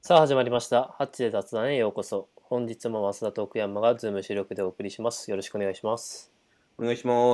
さあ始まりました。ハッチで雑談へようこそ。本日も増田と奥山がズーム収録でお送りします。よろしくお願いします。 お願いします。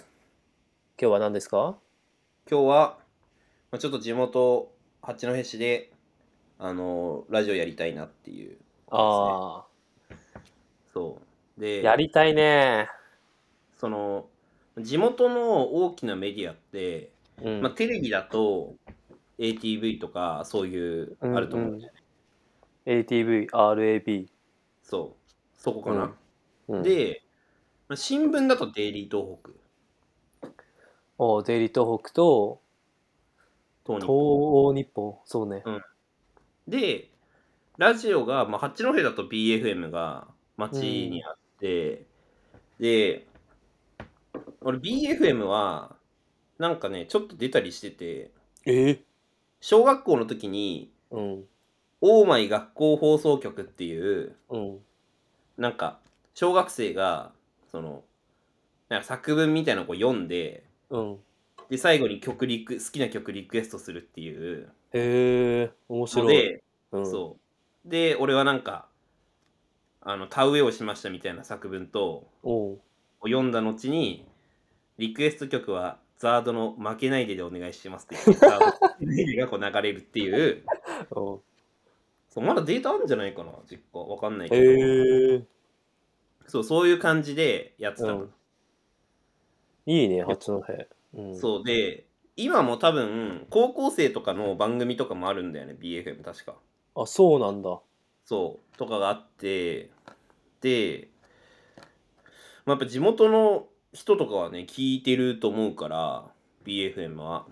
今日は何ですか？ 今日は、ちょっと地元、八戸市で、ラジオやりたいなっていうことですね。 ああそう。 ー、やで、 りたいね。 その、地元の大きなメディアって、 うん。 テレビだと ATV とか、そういう、 うんあるとうん。 思うんだよね。 ATV、RAB。 そう。そこかな。 うん。うん。 で、新聞だとデイリー東北、 デイリー東北と東東日本。 欧日報。そうね。 うん。で、ラジオが、八戸だと BFM がうん。 町にあって、で、俺 BFM は、なんかね、ちょっと出たりしてて、 え小学校の時に、 うん。 オーマイ学校放送局っていう、 うん。 なんか、小学生が、その、なんか作文みたいなのをこう読んで、 うん。 で、最後に好きな曲リクエストするっていうへえ、面白い。 ので、 うん。 そう。で、俺はなんか、田植えをしましたみたいな作文と、 おう。 読んだ後に、リクエスト曲は、ザードの負けないででお願いしますって言って、ザードの負けないでがこう流れるっていう、 おう。 そう、まだデータあるんじゃないかな、実家。わかんないへけど。 え。 そう、そういう感じでやってたの。 うん。いいね、 で、 八戸。うん。 そうで、今も多分、高校生とかの番組とかもあるんだよね、BFM 確か。 あ、そうなんだ。 そう、とかがあって、で、やっぱ地元の人とかはね、聞いてると思うから、BFM は。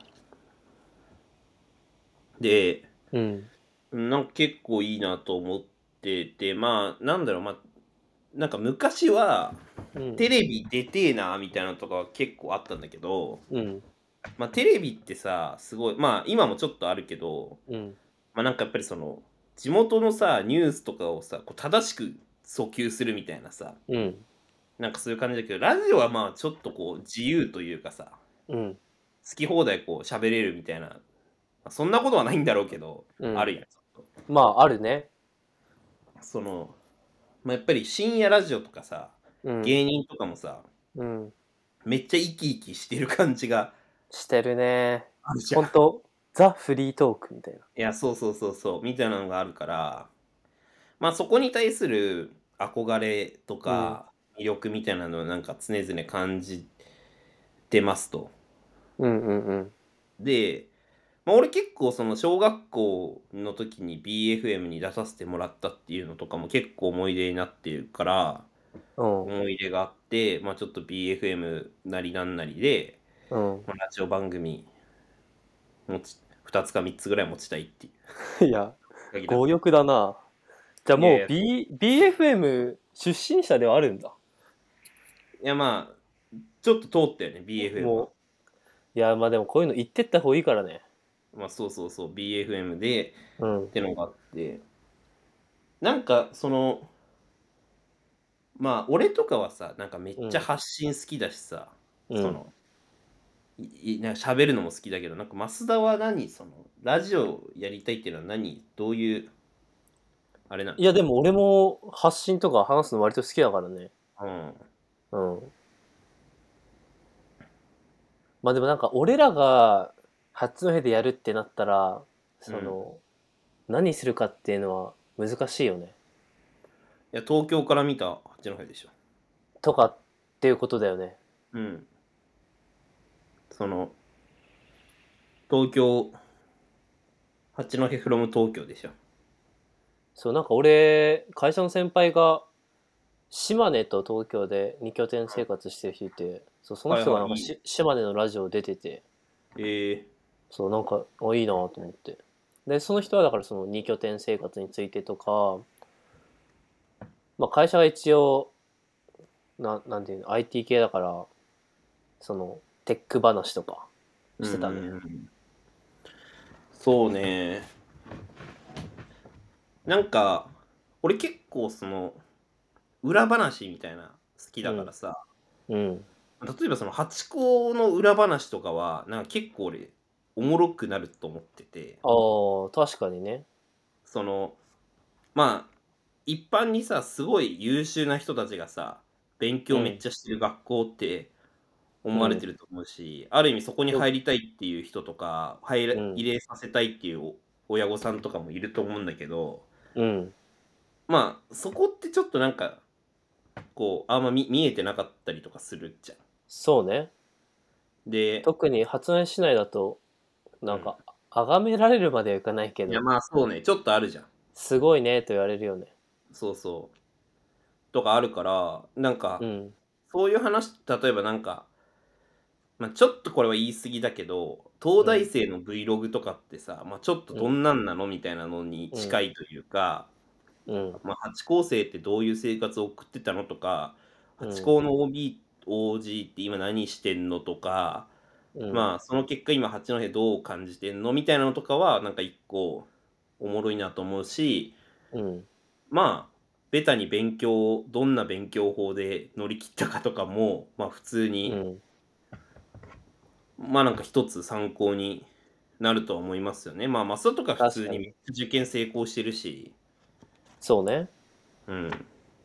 で、 うん。 なんか結構いいなと思ってて、なんだろう、なんか昔は、 うん。 テレビ出てえな、みたいなのとかは結構あったんだけど、 うん。 テレビってさ、すごい、今もちょっとあるけど、 うん。 なんかやっぱりその、地元のさ、ニュースとかをさ、こう正しく訴求するみたいなさ、 うん。 なんかそういう感じだけど、ラジオはちょっとこう自由というかさ、 うん。 好き放題こう喋れるみたいな、そんなことはないんだろうけど、 うん。 あるやん。ちょっまあ、あるね。 とその、やっぱり深夜ラジオとかさ、 うん。 芸人とかもさ、 うん。 めっちゃ生き生きしてる感じがしてるね。 あるじゃん。 ほんと、ザ・フリートークみたいな。 いや、そうそうそうそう、みたいなのがあるから、そこに対する憧れとうん。 か魅力みたいなのをなんか常々感じてますと。 うんうんうん。 で、俺結構その小学校の時に BFM に出させてもらったっていうのとかも結構思い出になってるから、 うん。 思い出があって、ちょっと BFM なりなんなりで、 うん。 ラジオ番組2つか3つぐらい持ちたいっていういや、 限りだった。 強欲だな。じゃあもういやいや、 BFM 出身者ではあるんだ。 いやちょっと通ったよね、BFM は。 もう、いや、まあでもこういうの言ってった方がいいからね。 そうそうそう、BFM でうん。 ってのがあって、なんかその、俺とかはさ、なんかめっちゃうん。 発信好きだしさ、 うん。 その、なんか喋るのも好きだけど、なんか増田はその、ラジオやりたいっていうのはどういう、あれなの？ いやでも俺も発信とか話すの割と好きだからね。 うん。 うん。まあでもなんか俺らが八戸でやるってなったら、 うん。 何するかっていうのは難しいよね。 いや、東京から見た八戸でしょ。 とかっていうことだよね。 うん。その、東京、八戸フロム東京でしょ。 そう、なんか俺、会社の先輩が島根と東京で二拠点生活してる人いて、そう、そのはいはい、 人がなんかいいね。 島根のラジオ出てて、 えそう、なんか、いいなと思って。で、その人はだからその二拠点生活についてとか、まあ会社は一応、なんていうの、IT 系だから、テック話とかうんしてたね。 うんうん。そうね。なんか、俺結構その、裏話みたいな好きうん、 だからさ、 うん。 例えばそのハチ公の裏話とかは、なんか結構俺、おもろくなると思ってて、 ああ、確かにね。 その、 まあ一般にさすごい優秀な人たちがさ勉強めっちゃしてる学校って思われてると思うし、ある意味そこに入りたいっていう人とか入れさせたいっていう親御さんとかもいると思うんだけど、まあそこってちょっとなんかこうあんま見えてなかったりとかするじゃん。 そうね。 で、 特に発熱市内だと、 うん、 なんか、崇められるまではいかないけいやど、 まあそうねちょっとあるじゃん。 すごいねと言われるよね。 そうそうとかあるからなんかうん。 そういう話例えばなんかまあ、ちょっとこれは言い過ぎだけど、東うん。 大生の Vlog とかってさ、まあ、ちょっとうん。 どんなんなのみたいなのにうん。 近いというか、 うん。 まあ、ハチ公生ってどういう生活を送ってたのとか、ハチうん。 公の OB、OG って今何してんのとか、 うん。 まあ、その結果今八戸どう感じてんのみたいなのとかは、なんか一個おもろいなと思うし、 うん。 まあ、ベタにどんな勉強法で乗り切ったかとかも、まあ普通にうん。 まあなんか一つ参考になるとは思いますよね。まあマスとか普通にめっ確かに。 ちゃ受験成功してるし、 そうね。 うん。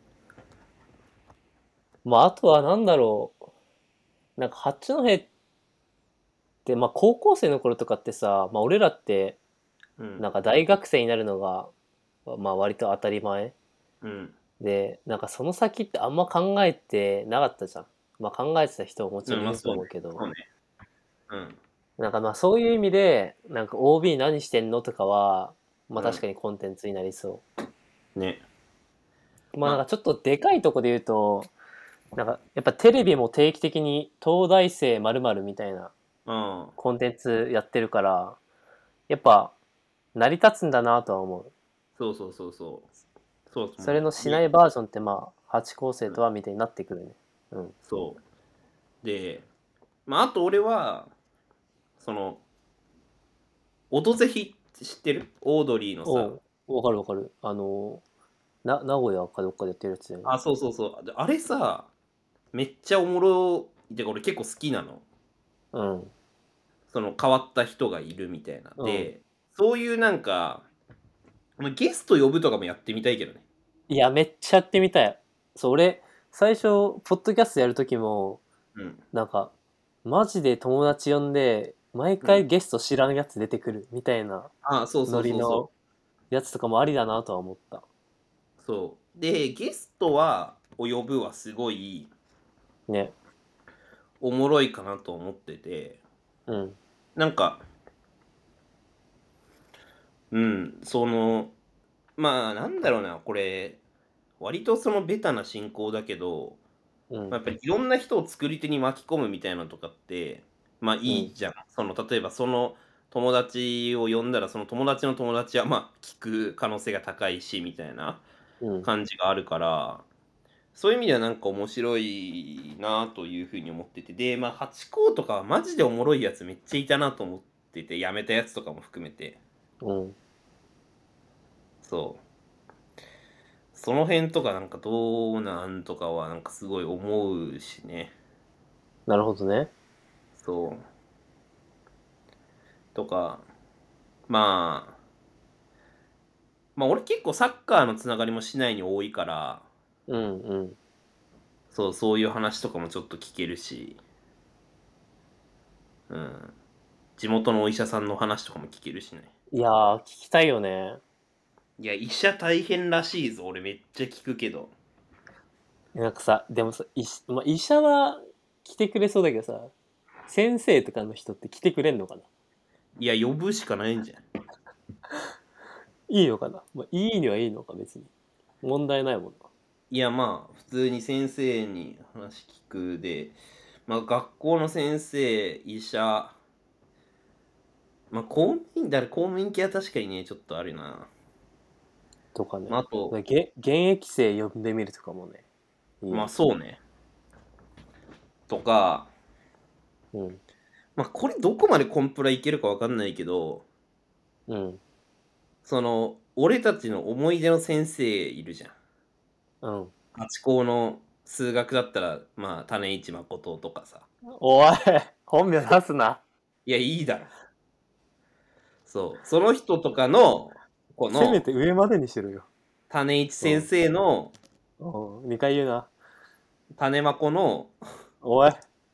まあ、あとはなんだろう。なんか、八戸って、まあ、高校生の頃とかってさ、まあ、俺らって、 うん。 なんか大学生になるのが、まあ、割と当たり前うん。 で、なんかその先ってあんま考えてなかったじゃん。まあ、考えてた人ももちうん、 ろんいるとまあそうね。 思うけど、 そうね。うん。 なんかまあそういう意味で、なんか OB 何してんのとかは、まあ確うん。 かにコンテンツになりそね。 う。まあなんかまちょっとでかいとこで言うと、なんかやっぱテレビも定期的に東大生〇〇みたいなあ、うん。 コンテンツやってるから、やっぱ成り立つんだなとは思う。 そうそうそうそう。そうとそれ思う。で、 のしないバージョンってまあ、八高生うん。 とはみたいになってくるね。うん。 そう。で、まああと俺は、その、オドぜひ知ってるオードリーのさ、 おう、わかるわかる。名古屋かどっかでやってるやつだよね。 あ、そうそうそう。であれさ、めっちゃおもろい。てか俺結構好きなの。 うん。 その変わった人がいるみたいな。 うん。 で、そういうなんか、まあゲスト呼ぶとかもやってみたいけどね。 いや、めっちゃやってみたい。そう、俺、最初、ポッドキャストやるときも、 うん。 なんか、マジで友達呼んで、毎うん。 回ゲスト知らんやつ出てくるみたいなあ、そうそうそうそノリのやつとかもありだなとは思った。 う。そう。で、ゲストを呼ぶはすごいね。 おもろいかなと思ってて、 うん。 なんか、うん、まあなんだろうな、これ、割とそのベタな進行だけど、まあ、 うん。 やっぱりいろんな人を作り手に巻き込むみたいなのとかって、まあうん。 いいじゃん。例えばその友達を呼んだら、その友達の友達はまあ聞く可能性が高いし、みたいなうん。 感じがあるから、そういう意味ではなんか面白いなというふうに思ってて、で、まあハチ公とかはマジでおもろいやつめっちゃいたなと思ってて、辞めたやつとかも含めて、 うん。 そう。その辺とかなんかどうなんとかはなんかすごい思うしね。 なるほどね。 そう。とか、まあ、まあ俺結構サッカーのつながりも市内に多いから、 うん。うん。 そういう話とかもちょっと聞けるし、うん。地元のお医者さんの話とかも聞けるしね。 いやー、聞きたいよね。 いや、医者大変らしいぞ。俺めっちゃ聞くけど。 なんかさ、でもさ、まあ、医者は来てくれそうだけどさ、先生とかの人って来てくれんのかな？ いや、呼ぶしかないんじゃん。 いいのかな？まあ、いいにはいいのか、別に。問題ないもんな。 いや、まあ、普通に先生に話聞くで、まあ、学校の先生、医者、まあ、公務員系は確かにね、ちょっとあるな。 とかね。 まあ、あと、 現役生呼んでみるとかもね、いいよまあ、 ね。 そうね。とか、 うん。 まあ、これどこまでコンプラいけるかわかんないけど、 うん。 俺たちの思い出の先生いるじゃん。 うん。 八高の数学だったら、まあ、種市誠とかさ。 おい、本名出すな。 いや、いいだろ。そう。その人とかの、この、 せめて上までにしろよ。 種市先うん。 生の 2回言うな。 種まこのおい。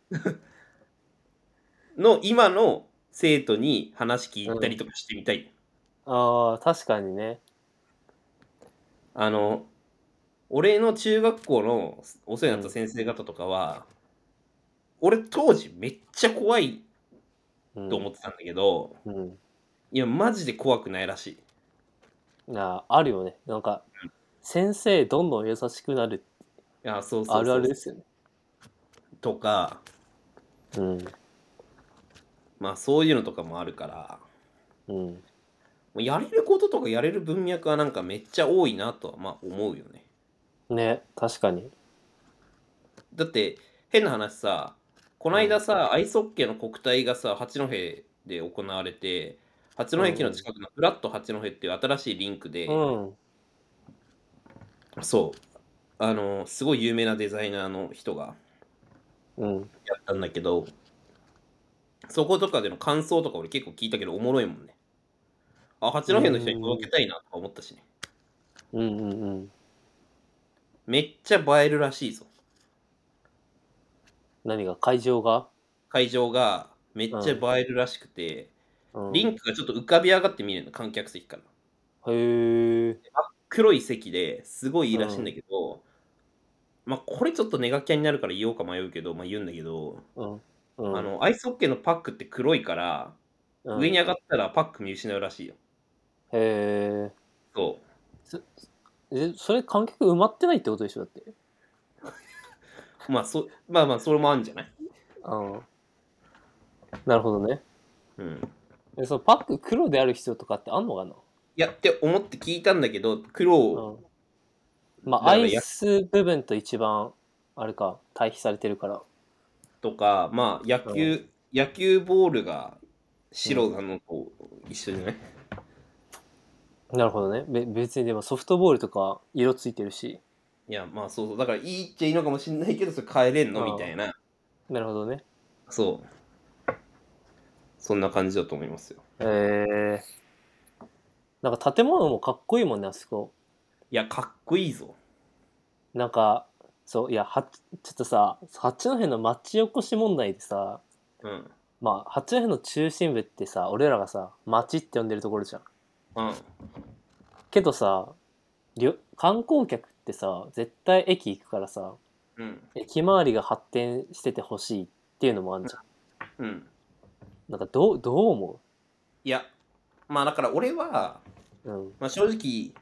今の生徒に話聞うん。 いたりとかしてみたい。 ああ、確かにね。 あの、俺の中学校のお世話になったうん。 先生方とかは、俺当時めっちゃ怖いと思うん。 ってたんだけど、 うん。 いや、マジで怖くないらしい。 あるよね。なんか、先生どんどん優しくなる。 いや、そうそあるあうそう。 るですよね。 とか、 うん。 まあそういうのとかもあるから、 うん。 もうやれることとかやれる文脈はなんかめっちゃ多いなとはまあ思うよね。 ね、確かに。 だって変な話さ、このうん。 間さ、アイスホッケーの国体がさ、八戸で行われて、八戸駅のうんうん。 近くのフラット八戸っていう新しいリンクで、 うん。 そう、すごい有名なデザイナーの人がうん。 やったんだけど、そことかでの感想とか俺結構聞いたけどおもろいもんね。あ、八う戸の人に届ん。 けたいなとか思ったしね。 うんうんうん。 めっちゃ映えるらしいぞ。 何が会場が。 会場がめっちゃうん。 映えるらしくて、 うん。 リンクがちょっと浮かび上がって見えるの、観客席から。 へえ。 真っ黒い席ですごいいいらしいんだうん。 けど、まあ、これちょっとネガキャンになるから言おうか迷うけど、まあ、言うんだけど、 うん。うん。 アイスホッケーのパックって黒いから、 うん。 上に上がったらパック見失うらしいよ。 へえ。 そそそれ観客埋まってないってことでしょだって。 う。まあまあ、それもあるんじゃない？ うん。なるほどね。 うん。 そのパック黒である必要とかってあんのかな。 いや、って思って聞いたんだけど、黒、 うん。まあ、アイだからス部分と一番、あれか、対比されてるから。 とか、まあ、 うん。 野球ボールが白うん。 なのと一緒じゃない？ なるほどね。別にでもソフトボールとか色ついてるし。 いや、まあそうそう。だからいいっちゃいいのかもしんないけど、それ変えれんのみたあいな。 あ、なるほどね。 そう。そんな感じだと思いますよ。 えなんか建物もかっこいいもんね、あそこ。 いや、かっこいいぞ。 なんか、そう、いや、ちょっとさ、八戸の町おこし問題でさ、 うん。 まあ、八戸の中心部ってさ、俺らがさ、町って呼んでるところじゃん。 うん。 けどさ、観光客ってさ、絶対駅行くからさ、 うん。 駅周りが発展しててほしいっていうのもあんじゃん。 うん。 なんかどう思いや、まあだから俺は、 う。うん。 まあ正直、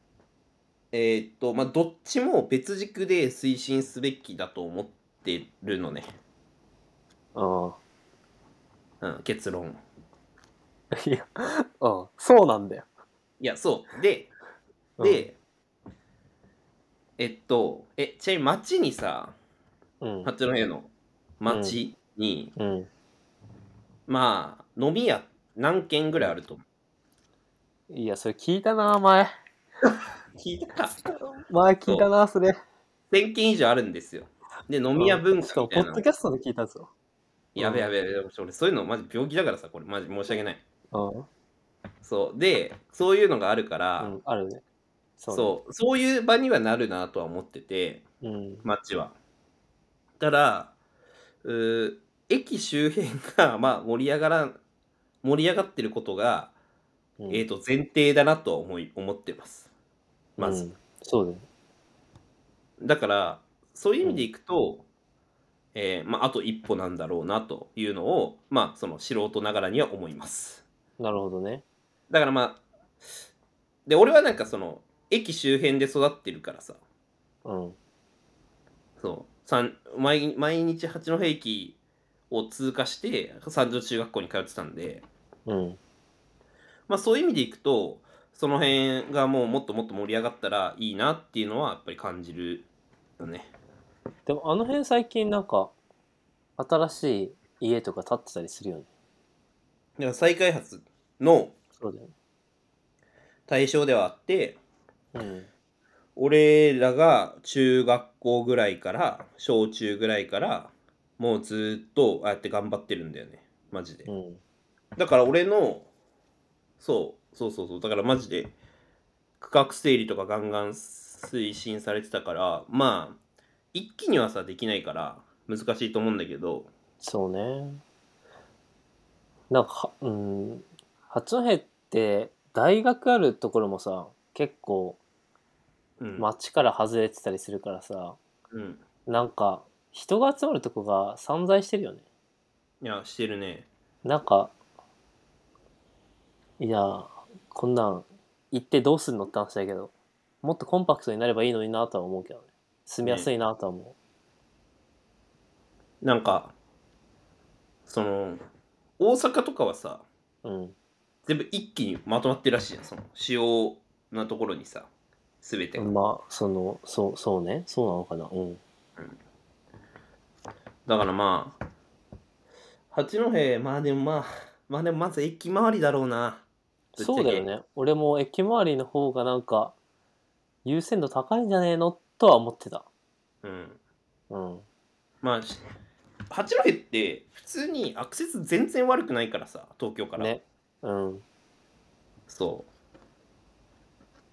まあどっちも別軸で推進すべきだと思ってるのね。 あうん、結論。 あ。いや、そうなんだよ。 いや、そう。で、 うん。 で、ちなみに街にさ、 うん。 八戸のうん。 街に、 うん。 まあ、飲み屋何軒ぐうん。 らいあると思いや、それ聞いたな、前。 う？聞いたか。 前聞いたそな、それ。 う。1000軒以上あるんですよ。で、飲み屋うん。 文しかも、ポッ化みたいなの。 ドキャストで聞いたぞ。うん。 やべやべやべ、俺そういうのマジ病気だからさ、これマジ申し訳ない。 うん。 そう。で、そういうのがあるから、 うん。あるね。そうね。 そういう場にはなるなとは思ってて、 うん。 街は。ただ、うー駅周辺が、まあ、盛り上がってることが、 うん。 前提だなとは思ってます。まず。 うん。そうだね。 だから、そういう意うん。 味でいくと、まあ、あと一歩なんだろうなというのを、まあ、その素人ながらには思います。 なるほどね。 だからまあ、で、俺はなんかその、駅周辺で育ってるからさ、 うん。 毎日八戸駅を通過して、三条中学校に通ってたんで、 うん。 まあそういう意味でいくと、その辺がもうもっともっと盛り上がったらいいなっていうのはやっぱり感じるよね。 でも、あの辺最近なんか、新しい家とか建ってたりするよね。 だから再開発のそうだよね。 対象ではあって、 うん。 俺らが中学校ぐらいから、小中ぐらいから、もうずっとああやって頑張ってるんだよね。マジで。 うん。 だから俺の、そう、だからマジで区画整理とかガンガン推進されてたから、まあ、一気にはさ、できないから難しいと思うんだけど、 そうね。なんか、八戸って大学あるところもさ、結構うん、 街から外れてたりするからさ、 うん。 なんか人が集まるとこが散在してるよね。 いや、してるね。 なんか、いや、こんなん行ってどうすんのって話だけど、もっとコンパクトになればいいのになとは思うけどね。住みやすね。 いなとは思なんか、その、大阪とかはさ、 う。うん。 全部一気にまとまってるらしいじゃん、その主要なところにさ、すべてが。 まあ、そうね。そうなのかな。うん。 うん、だからまあ、八戸、まあでもまず駅周りだろうな。ぶっちゃけ。 そうだよね。俺も駅周りの方がなんか優先度高いんじゃねえのとは思ってた。 うん。 うん。 まあ、八戸って普通にアクセス全然悪くないからさ、東京から。 ね。うん。 そう。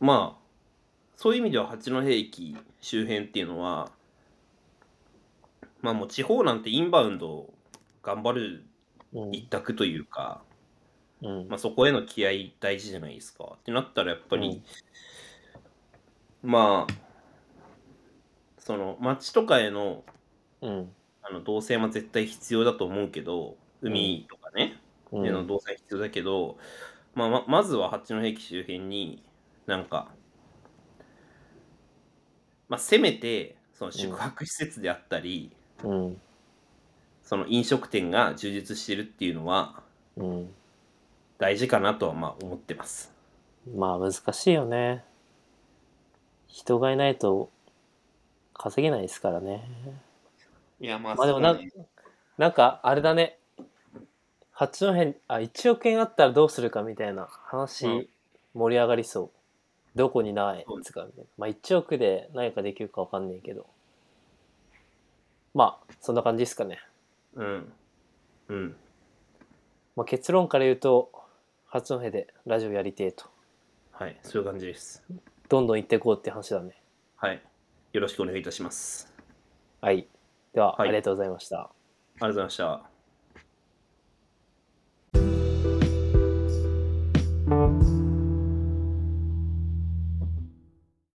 まあ、そういう意味では八戸駅周辺っていうのは、まあもう地方なんてインバウンド頑張るうん。 一択というか、 うん。 まあそこへの気合大事じゃないですか。ってなったらやっぱり、 うん。 まあ、その街とかへのうん。 動線は絶対必要だと思うけど、 うん。 海とかね、 うん。 への動線必要だけど、まずは八戸駅周辺になんか、まあ、せめてその宿うん。 泊施設であったり、 うん。 その飲食店が充実してるっていうのはうん。 大事かなとはまあ思ってます。 まあ難しいよね。人がいないと稼げないですからね。 いや、まあまあでもな、 そうね。 なんかあれだね。八戸、1億円あったらどうするかみたいなうん、 話盛り上がりそう。どこにないそうね。 つかみたいな。まあ1億で何かできるかわかんないけど。まあそんな感じですかね。 うん、うん。 まあ結論から言うと、八戸でラジオやりてえと。 はい、そういう感じです。 どんどん行っていこうって話だね。 はい。よろしくお願いいたします。 はい。では、 はい、ありありがとうございました。 がとうございました。